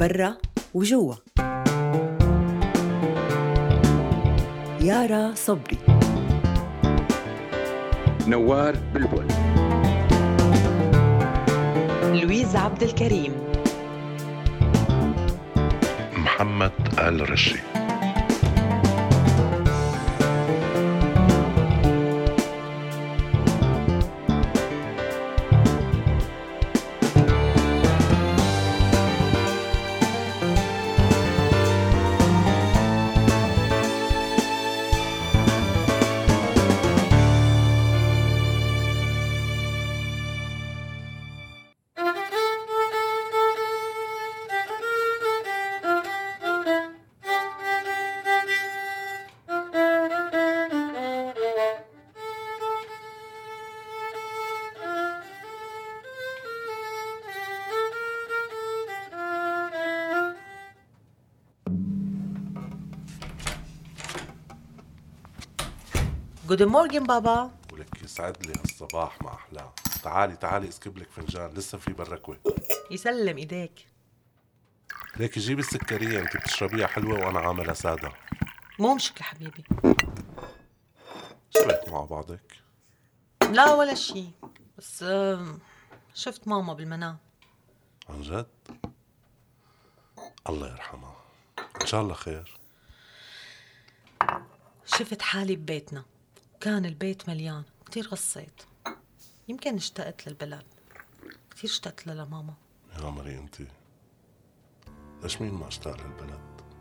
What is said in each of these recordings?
برا وجوا. يارا صبري، نوار بلبل، لويز عبد الكريم، محمد آل رشي. جود مورجن بابا. ولك يسعد لي هالصباح مع أحلام. تعالي اسكب لك فنجان، لسه في بركوة. يسلم ايديك. ليك جيبي السكرية، انت بتشربيها حلوة وانا عاملها سادة. مو مشكلة حبيبي. شبك مع بعضك؟ لا ولا شي، بس شفت ماما بالمنام. عن جد؟ الله يرحمها، ان شاء الله خير. شفت حالي ببيتنا، كان البيت مليان، كتير غصيت. يمكن اشتقت للبلد، كتير اشتقت لماما. يا عمري انتي، ليش مين ما اشتاق للبلد؟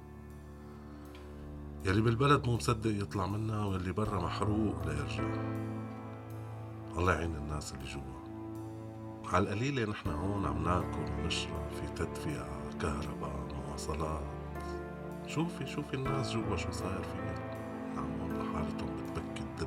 يلي بالبلد مو مصدق يطلع منها، واللي برا محروق ليرجع. الله يعين الناس اللي جوا. على القليلة نحن هون عم ناكل ونشرب، في تدفئة، كهرباء، مواصلات. شوفي الناس جوا شو صاير فيها. نعم والله حالتهم بتبكي الدب.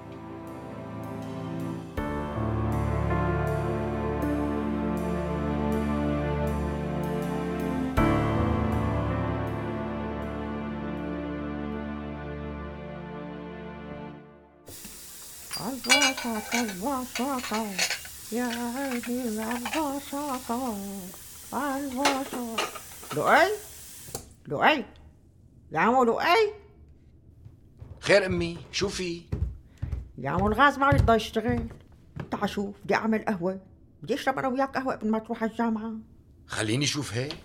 البساطة يا عيني البساطة. لؤي يا عمو لؤي. خير أمي، شو في؟ يا عمو الغاز ما يرضى يشتغل. تعال شوف، بدي أعمل قهوة، بدي أشرب أنا وياك قهوة قبل ما تروح الجامعة. خليني شوف هيك.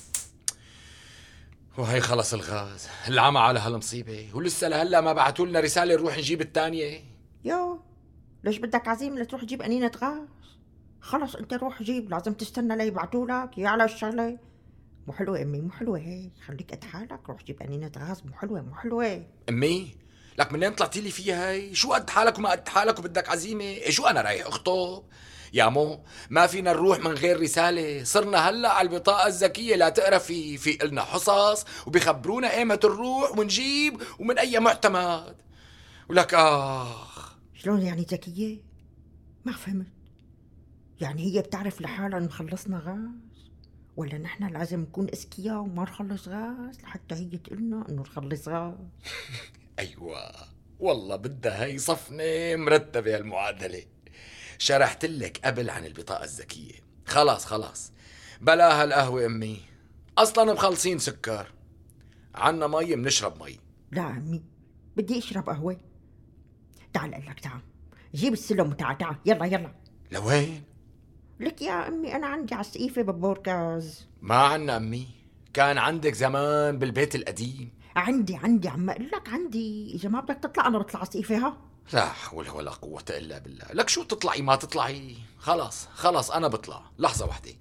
وهي خلص الغاز، العمى على هالمصيبة، ولسه لهلا ما بعتوا لنا رسالة نروح نجيب الثانية. يو، ليش بدك عزيمة لتروح تجيب قنينة غاز؟ خلص انت روح جيب، لازم تستنى ليبعتولك يا على الشغلة. مو حلوة امي، مو حلوة هيك، خليك قد حالك، روح جيب قنينة غاز. مو حلوة أمي، لك منين طلعتي لي فيها هي؟ شو قد حالك وما قد حالك وبدك عزيمة؟ إيه شو أنا رايح أخطب؟ يا مو ما فينا نروح من غير رسالة. صرنا هلأ على البطاقة الذكية، لا تقرأ في إلنا حصص وبيخبرونا ايمت نروح ونجيب ومن أي معتمد. ولك شلون يعني ذكية؟ ما فهمت. يعني هي بتعرف لحالها انه خلصنا غاز، ولا نحن لازم نكون اذكياء وما نخلص غاز لحتى هي تقلنا انه نخلص غاز؟ أيوة والله بدها هي صفنة مرتبة المعادلة. شرحت لك قبل عن البطاقة الذكية. خلاص بلاها القهوة أمي، أصلا مخلصين سكر. عنا مي بنشرب مي. لا عمي، بدي اشرب قهوة. تعال اقول لك، تعال جيب السلم وتعال يلا. لوين؟ لك يا امي انا عندي على السقيفة ببوركاز. ما عنا أمي، كان عندك زمان بالبيت القديم. عندي عم اقول لك عندي. اذا ما بدك تطلع انا بطلع على السقيفة. ها لا حول ولا قوة إلا بالله. لك شو تطلعي ما تطلعي؟ خلاص أنا بطلع. لحظة واحدة.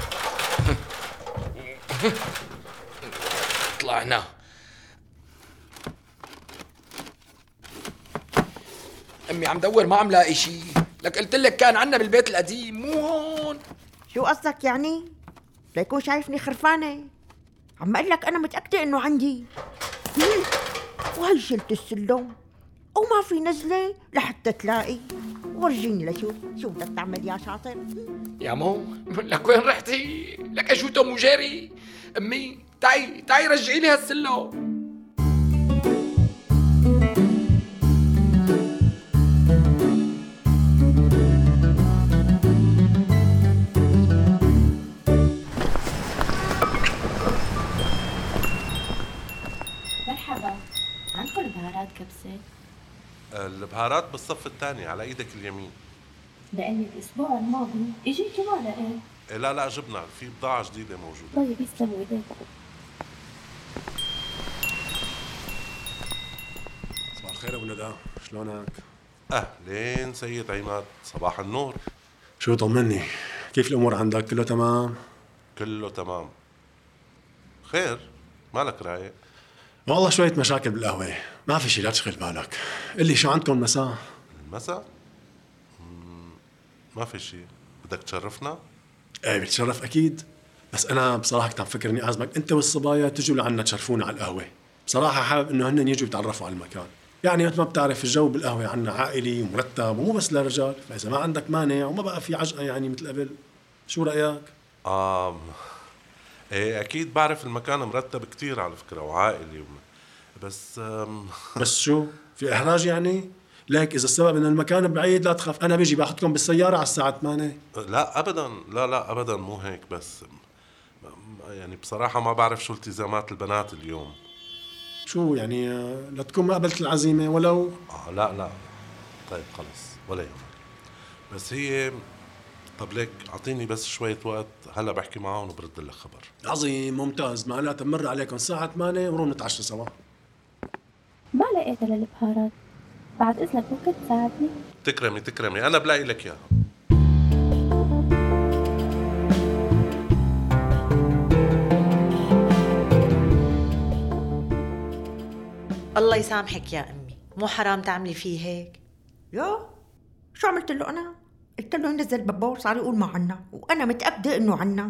طلعنا. أمي عم دور ما عم لاقي شي. لك قلت لك كان عنا بالبيت القديم، مو هون. شو قصدك يعني؟ ليكون شايفني خرفانة؟ عم اقول لك انا متأكدة انه عندي. وهي شلت السلم وما في نزلة لحتى تلاقي. ورجيني لشوف شو بدك تعمل يا شاطر. يا مو لك وين رحتي؟ لك شو توم وجيري؟ أمي تعي رجعي لي هالسلم. البهارات بالصف الثاني على ايدك اليمين. لأني الأسبوع الماضي إجيت وما لقيت. إيه لا جبنا في بضاعة جديدة موجودة. طيب يسلموا ايديك. صباح الخير ابو ندى، شلونك؟ اهلين سيد عماد، صباح النور. شو طمني، كيف الامور عندك؟ كله تمام؟ كله تمام. خير مالك رايق؟ والله شوية مشاكل بالقهوة، ما في شي لا تشغل بالك. قل لي شو عندكم مساء؟ المساء؟ ما في شي، بدك تشرفنا؟ ايه بتشرف اكيد، بس انا بصراحة كنت عم فكر اني اعزمك انت والصبايا تجوا لعنا تشرفونا على القهوة. بصراحة حابب انه هن يجوا يتعرفوا على المكان، يعني مثل ما بتعرف الجو بالقهوة عنا عائلي ومرتب ومو بس للرجال، فاذا ما عندك مانع وما بقى في عجقة يعني مثل قبل، شو رأيك؟ ايه اكيد بعرف المكان مرتب كتير على فكرة وعائلي بس بس شو؟ في احراج يعني؟ ليك اذا السبب ان المكان بعيد لا تخاف، انا بيجي باخذكم بالسيارة على الساعة 8. لا ابدا، لا ابدا مو هيك، بس يعني بصراحة ما بعرف شو التزامات البنات اليوم. شو يعني لا تكون ما قبلت العزيمة ولو؟ لا طيب خلص ولا يهمك، بس هي طب ليك اعطيني بس شوية وقت، هلا بحكي معهم وبرد لك خبر. عظيم ممتاز، معناتها بمر عليكم الساعة 8 ونروح نتعشى سوا. ما لقيتها للبهارات، بعد إذنك ممكن تساعدني؟ تكرمي أنا بلاقي لك إياها. الله يسامحك يا أمي، مو حرام تعملي فيه هيك؟ يا شو عملت له أنا؟ قلت له ينزل بابور، صار يقول ما عنا، وأنا متأكدة إنه عنا.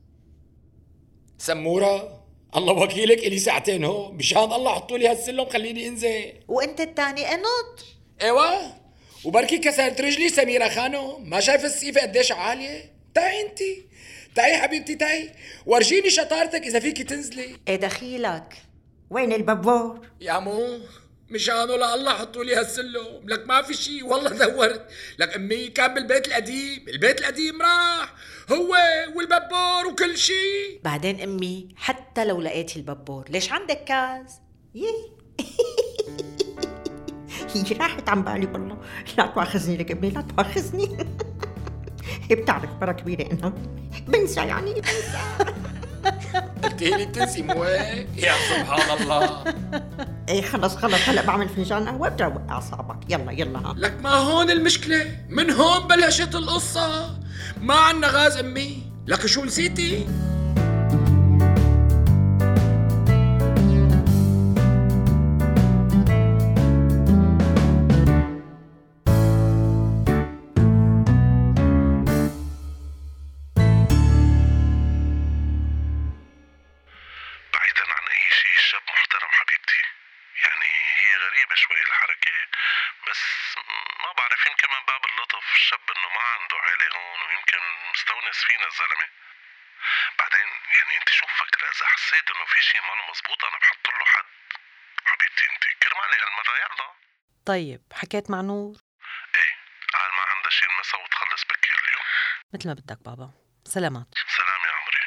سمورة الله وكيلك، إلي ساعتين هو مشان الله حطوا لي هالسلم خليني انزل. وانت الثاني انط. ايوه وبركي كسرت رجلي سميرة خانو، ما شايف السقيفة قديش عالية؟ تعي انتي، تعي حبيبتي تعي ورجيني شطارتك اذا فيكي تنزلي. ايه دخيلك؟ وين البابور؟ يا مو مشانه لله حطوا لي هالسلم، لك ما في شي والله دورت، لك امي كان بالبيت القديم، البيت القديم راح هو والبابور وكل شي. بعدين امي حتى لو لقيتي البابور ليش عندك كاز؟ هي راحت عن بالي والله، لا تواخذني لك ابني، لا تواخذني. هي بتعرف مرة كبيرة انها بنسى يعني بنسى. قلتي لي بتنسي مو هيك؟ يا سبحان الله. ايه خلص هلا بعمل فنجان قهوة بتروق اعصابك. يلا ها. لك ما هون المشكلة، من هون بلشت القصة. ما عنا غاز امي، لك شو نسيتي؟ فينا الزلمه. بعدين يعني انت شو مفكره اذا حسيت انه في شيء ما مزبوط انا بحط له حد. حبيبتي انت كرمالي هالمره. يلا طيب حكيت مع نور؟ ايه قال ما عندها شيء المسا وتخلص بكير اليوم. مثل ما بدك بابا. سلامات. سلام يا عمري.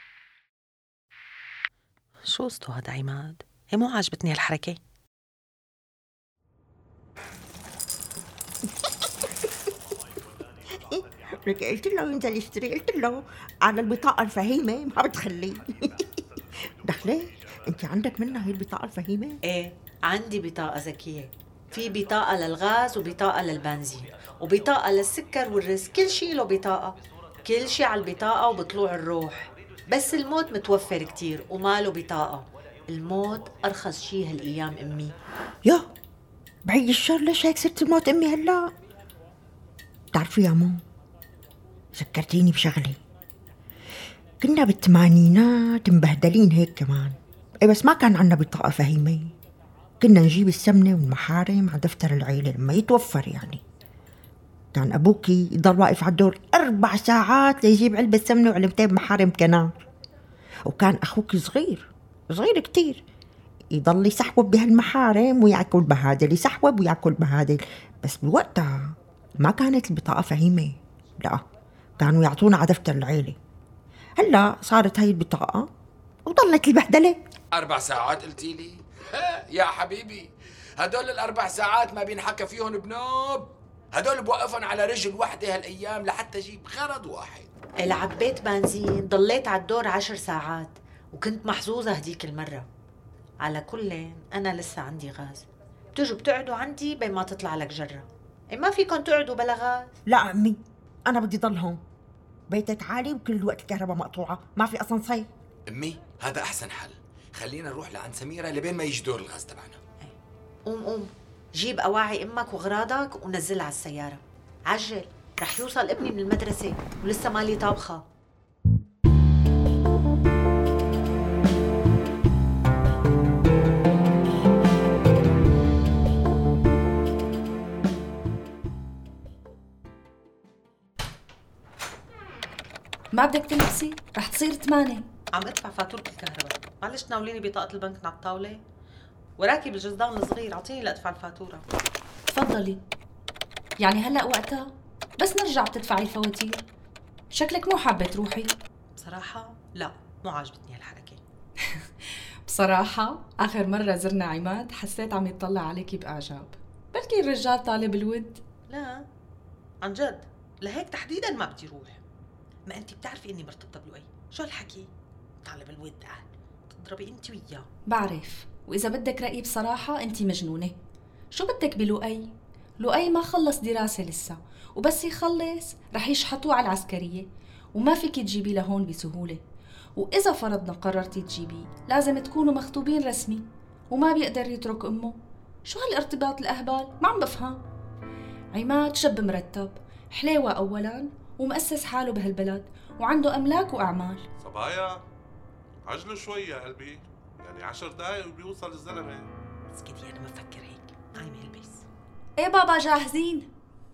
شو قصته هذا عماد؟ هي مو عاجبتني هالحركه. قلت له ينزل يشتري، قلت له على البطاقة الفهيمة ما بتخليه. دخلي انت عندك منها هي البطاقة الفهيمة؟ ايه عندي بطاقة ذكية، في بطاقة للغاز وبطاقة للبنزين وبطاقة للسكر والرز، كل شيء له بطاقة، كل شيء على البطاقة وبطلوع الروح. بس الموت متوفر كتير وما له بطاقة. الموت أرخص شيء هالأيام أمي. يا بعيد الشر، ليش هيك صرت الموت أمي هلا؟ بتعرفي يا مو ذكرتيني بشغلة، كنا بالثمانينات مبهدلين هيك كمان. ايه بس ما كان عنا بطاقة فهيمة، كنا نجيب السمنة والمحارم على دفتر العيلة لما يتوفر. يعني كان أبوكي يضل واقف على الدور 4 ساعات ليجيب علبة سمنة وعلبتين محارم كنار، وكان أخوك صغير كتير يضل يسحوب بهالمحارم ويأكل بهادل، يسحوب ويأكل بهادل. بس بوقتها ما كانت البطاقة فهيمة، لا كانوا يعطونا على دفتر العيلة. هلا صارت هاي البطاقة وضلت البهدلة. 4 ساعات قلتي لي؟ يا حبيبي هدول ال4 ساعات ما بينحكى فيهم بنوب، هدول بوقفهم على رجل وحده هالايام لحتى اجيب غرض واحد. العبيت بنزين، ضليت على الدور 10 ساعات وكنت محظوظة هديك المرة. على كل أنا لسه عندي غاز، بتجوا بتقعدوا عندي بين ما تطلع لك جرة. ما فيكم تقعدوا بلا غاز؟ لا عمي، أنا بدي ضل هون. بيتك عالي وكل الوقت الكهرباء مقطوعة، ما في أسانسير. امي هذا احسن حل، خلينا نروح لعند سميرة لبين ما يجي دور الغاز تبعنا. قوم جيب أواعي أمك وغراضك ونزلها على السيارة، عجل، رح يوصل ابني من المدرسة ولسه مالي طابخة. ما بدك تلبسي؟ رح تصير 8. عم ادفع فاتورة الكهرباء، معلش تناوليني بطاقة البنك على الطاولة؟ وراكي بالجزدان الصغير، اعطيني لأدفع الفاتورة. تفضلي. يعني هلأ وقتها؟ بس نرجع بتدفعي الفواتير. شكلك مو حابة تروحي. بصراحة لا، مو عاجبتني هالحركة. بصراحة آخر مرة زرنا عماد حسيت عم يطلع عليكي بإعجاب. بلكي الرجال طالب الود. لا عن جد، لهيك تحديدا ما بدي روح. ما انتي بتعرفي اني مرتبطة بلؤي، شو هالحكي؟ طالب الود قال تضربي انتي وياه. بعرف، وإذا بدك رأيي بصراحة أنتي مجنونة. شو بدك بلؤي؟ لؤي ما خلص دراسة لسه، وبس يخلص رح يشحطوه على العسكرية، وما فيك تجيبيه لهون بسهولة. وإذا فرضنا قررتي تجيبيه لازم تكونوا مخطوبين رسمي، وما بيقدر يترك أمه. شو هالارتباط الأهبال؟ ما عم بفهم. عماد شاب مرتب، حليوة أولاً، ومؤسس حاله بهالبلد، وعنده أملاك وأعمال. صبايا عجلوا شوي يا قلبي، يعني 10 دقايق وبيوصل الزلمة. اسكتي، أنا ما بفكر هيك، قايمة البس. إيه بابا جاهزين؟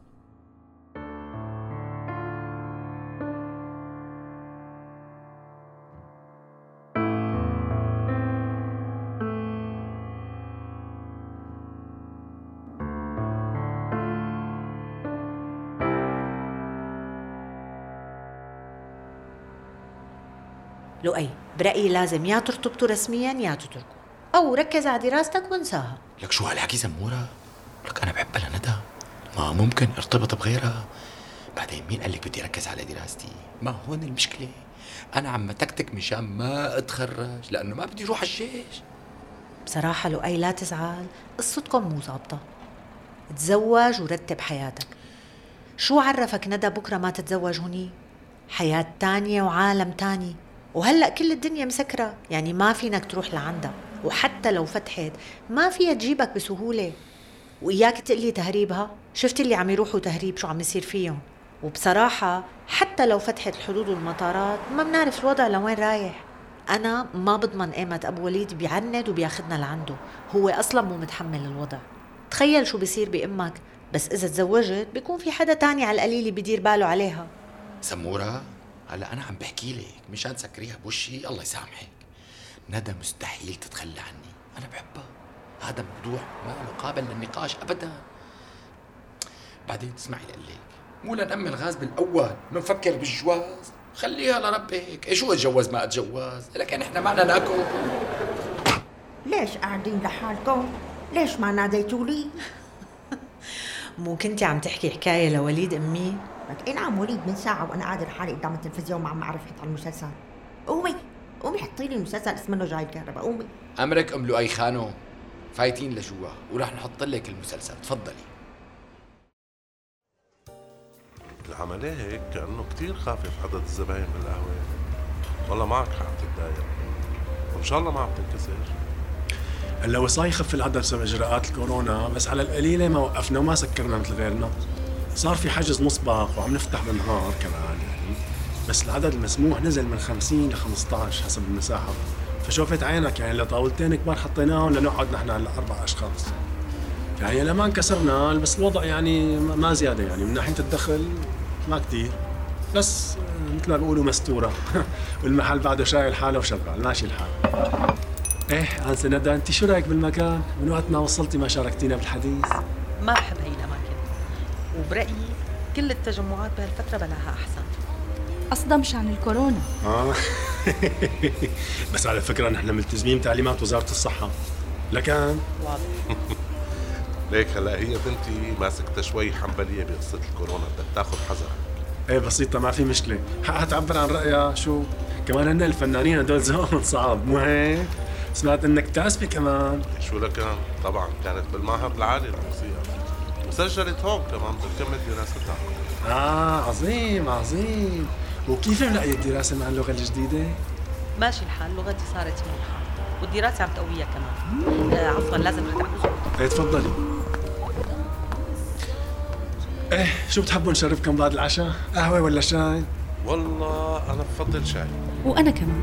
لؤي برأيي لازم يا ترتبطوا رسميا يا تتركوا، أو ركز على دراستك وانساها. لك شو هالحكي سمورة؟ لك أنا بحبها لندى، ما ممكن ارتبط بغيرها. بعدين مين قال لك بدي أركز على دراستي؟ ما هون المشكلة، أنا عم تكتك مشان ما أتخرج لأنه ما بدي أروح الجيش. بصراحة لؤي لا تزعل، قصتكم مو ظابطة. تزوج ورتب حياتك. شو عرفك ندى بكرة ما تتزوج هني؟ حياة تانية وعالم تاني، وهلأ كل الدنيا مسكرة، يعني ما فينك تروح لعندها، وحتى لو فتحت ما فيها تجيبك بسهولة. وإياك تقلي تهريبها، شفت اللي عم يروحوا تهريب شو عم يصير فيهم. وبصراحة حتى لو فتحت الحدود والمطارات ما بنعرف الوضع لوين رايح. أنا ما بضمن إيمت أبو وليد بيعند وبياخدنا لعنده، هو أصلا مو متحمل الوضع. تخيل شو بيصير بأمك، بس إذا تزوجت بيكون في حدا تاني على القليل بيدير باله عليها. سمورة هلا أنا عم بحكي لك مشان تسكريها بوشي، الله يسامحك. ندى مستحيل تتخلى عني، أنا بحبها، هذا موضوع ما له قابل للنقاش أبدا. بعدين تسمعي لقلك، مو لنأمن غاز بالأول منفكر بالجواز، خليها لربك. شو اتجوز ما اتجوز، لكن احنا معنا ناكل. ليش قاعدين لحالكم؟ ليش ما ناديتوا لي؟ مو كنتي عم تحكي حكاية لوليد أمي؟ لك إيه نعم وليد، من ساعة وأنا قاعدة لحالي قدام التلفزيون مع معرفة على المسلسل. قومي حطي لي المسلسل اسمه جاي الكهرباء، قومي. أمرك أم لؤي خانو، فايتين لجوا ورح نحط لك المسلسل، تفضلي. العملية هيك كأنه كتير خافف عدد الزباين بالقهوة. والله معك حق تتضايق، وإن شاء الله ما عم تنكسر. هلا وصاي يخف العدد بسبب اجراءات الكورونا، بس على القليله ما وقفنا وما سكرنا مثل غيرنا. صار في حجز مسبق وعم نفتح بالنهار كمان يعني، بس العدد المسموح نزل من 50 ل 15 حسب المساحه. فشوفت عينك يعني لطاولتين كبار حطيناهم لنقعد نحن هلا 4 اشخاص. يعني لما انكسرنا، بس الوضع يعني ما زياده، يعني من ناحيه الدخل ما كتير، بس مثل ما بيقولوا مستوره. والمحل بعده شايل حاله وشغال ماشي الحال. ايه انسه ندى، انت شو رايك بالمكان؟ من وقت ما وصلتي ما شاركتينا بالحديث. ما بحب هي الأماكن، وبرأيي كل التجمعات بهالفترة بلاها أحسن. قصدا مشان الكورونا. بس على فكرة نحن ملتزمين بتعليمات وزارة الصحة. لكن واضح. ليك هلا هي بنتي ماسكتها شوي حنبليه بقصه الكورونا، بدك تاخذ حذرك. ايه بسيطة ما في مشكلة، حقها تعبر عن رأيها. شو كمان هن الفنانين هدول ذوقهم صعب مو هيك؟ سمعت انك تعزفي كمان. شو لكان؟ طبعا كانت بالمعهد العالي للموسيقى وسجلت هون كمان بتكمل دراستها. عظيم عظيم. وكيف ملاقي الدراسة مع اللغة الجديدة؟ ماشي الحال، لغتي صارت منيحة والدراسة عم تقويها كمان. عفوا لازم ارجع بزبط. ايه تفضلي. ايه شو بتحبوا نشربكم بعد العشاء؟ قهوة ولا شاي؟ والله انا بفضل شاي. وأنا كمان.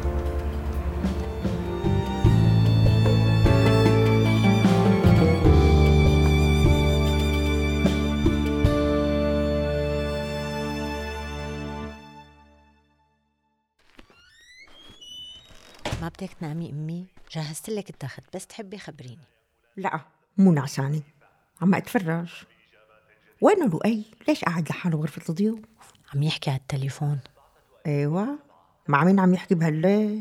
ما بدك تنامي أمي؟ جهزت لك التخت بس تحبي خبريني. لا مو نعسانة، عم أتفرج. وينه لؤي؟ ليش قاعد لحاله بغرفة الضيوف؟ عم يحكي على التليفون. ايوه، مع مين عم يحكي بهالليل؟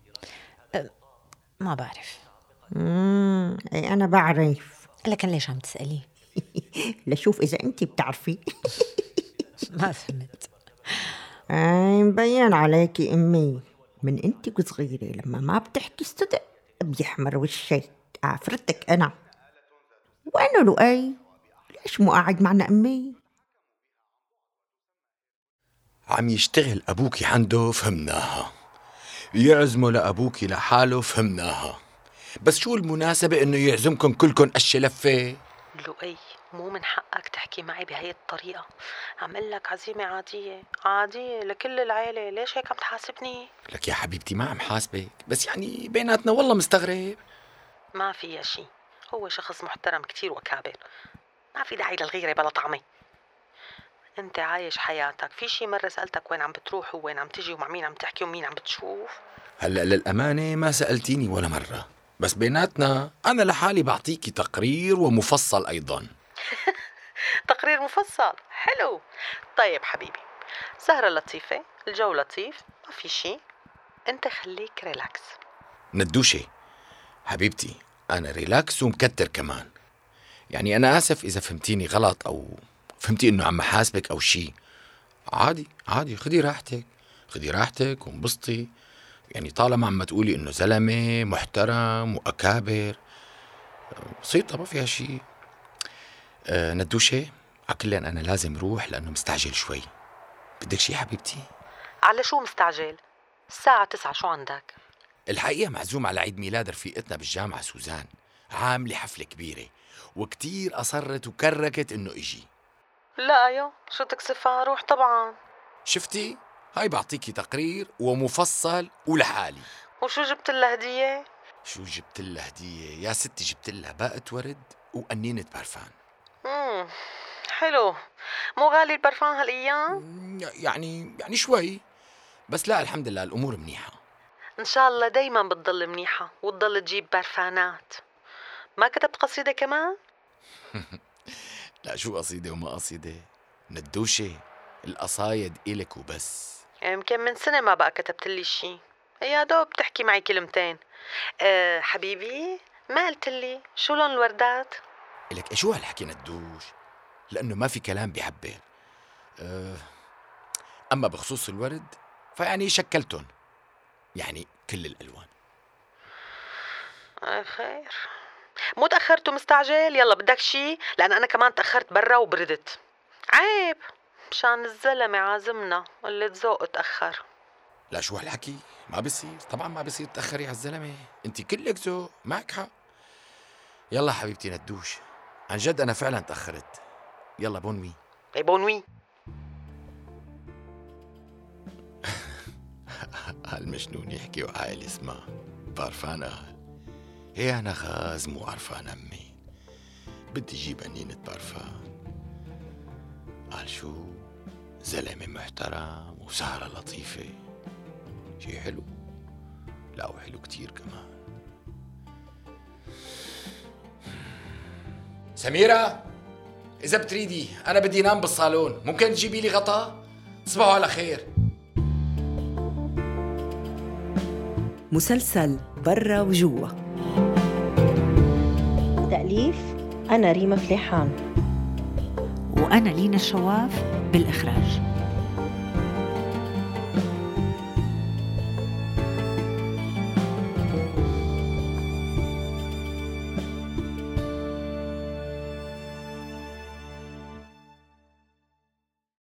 ما بعرف. اي أنا بعرف. لكن ليش عم تسألي؟ لشوف إذا أنت بتعرفي. ما فهمت. مبين عليكي أمي، من أنت وصغيرة لما ما بتحكي صدق بيحمر وشك. عفرتك أنا. وينه لؤي؟ ليش مو قاعد معنا أمي؟ عم يشتغل أبوكي عنده، فهمناها. يعزمه لأبوكي لحاله، فهمناها. بس شو المناسبة إنه يعزمكم كلكم أشي لفة؟ لؤي مو من حقك تحكي معي بهي الطريقة. عم قل لك عزيمة عادية عادية لكل العيلة، ليش هيك عم تحاسبني؟ لك يا حبيبتي ما عم حاسبك، بس يعني بيناتنا والله مستغرب. ما فيها شي، هو شخص محترم كتير وكابر، ما في داعي للغيرة بلا طعمة. انت عايش حياتك، في شي مرة سألتك وين عم بتروح ووين عم تجي ومع مين عم تحكي ومين عم بتشوف؟ هلأ للأمانة ما سألتيني ولا مرة، بس بيناتنا أنا لحالي بعطيكي تقرير ومفصل أيضاً. تقرير مفصل، حلو. طيب حبيبي، سهرة لطيفة، الجو لطيف، ما في شي، انت خليك ريلاكس. ندوشة حبيبتي، أنا ريلاكس ومكتر كمان. يعني أنا آسف إذا فهمتيني غلط أو فهمتي إنه عم حاسبك أو شي. عادي عادي، خدي راحتك وانبسطي. يعني طالما عم تقولي إنه زلمة محترم وأكابر، بسيطة ما فيها شي. ندوشة عكلين أنا لازم روح لأنه مستعجل شوي. بدك شي حبيبتي؟ على شو مستعجل؟ الساعة 9، شو عندك؟ الحقيقة معزوم على عيد ميلاد رفيقتنا بالجامعة سوزان، عاملة حفلة كبيرة وكتير أصرت وكركت إنه إجي. لا شو تكسفها، روح طبعا. شفتي؟ هاي بعطيكي تقرير ومفصل ولحالي. وشو جبت لها هدية؟ شو جبت لها هدية؟ يا ستي جبت لها باقة ورد وقنينة برفان. حلو. مو غالي البرفان هالأيام؟ يعني شوي، بس لا الحمد لله الأمور منيحة. إن شاء الله دايما بتضل منيحة وتضل تجيب برفانات. ما كتبت قصيدة كمان؟ لا شو قصيدة وما قصيدة، ندوشة القصايد إلك وبس. يمكن من سنة ما بقى كتبت لي شي، يا دوب تحكي معي كلمتين. حبيبي ما قلت لي شو لون الوردات؟ لك شو هالحكي ندوش، لأنه ما في كلام بيعبر. أما بخصوص الورد فيعني شكلتن، يعني كل الألوان. خير، مو تأخرت ومستعجل؟ يلا بدك شي؟ لأن أنا كمان تأخرت برا وبردت. عيب، مشان الزلمة عازمنا اللي تذوق تأخر. لا شو هالحكي، ما بصير، طبعا ما بصير تأخري على الزلمة، انت كلك ذوق، معك حق. يلا حبيبتي ندوش، عن جد أنا فعلا تأخرت. يلا بونوي. بونوي. هالمجنون يحكي وعائل اسمع بارفان قال هي أنا غاز مو عرفان أمي، بدي جيب قنينة بارفان. قال شو زلمة محترم وسهرة لطيفة، شي حلو. لا وحلو كتير كمان. سميرة إذا بتريدي أنا بدي نام بالصالون، ممكن تجيبي لي غطاء؟ تصبحوا على خير. مسلسل برا وجوا، تأليف أنا ريما فليحان. وأنا لينا الشواف بالإخراج.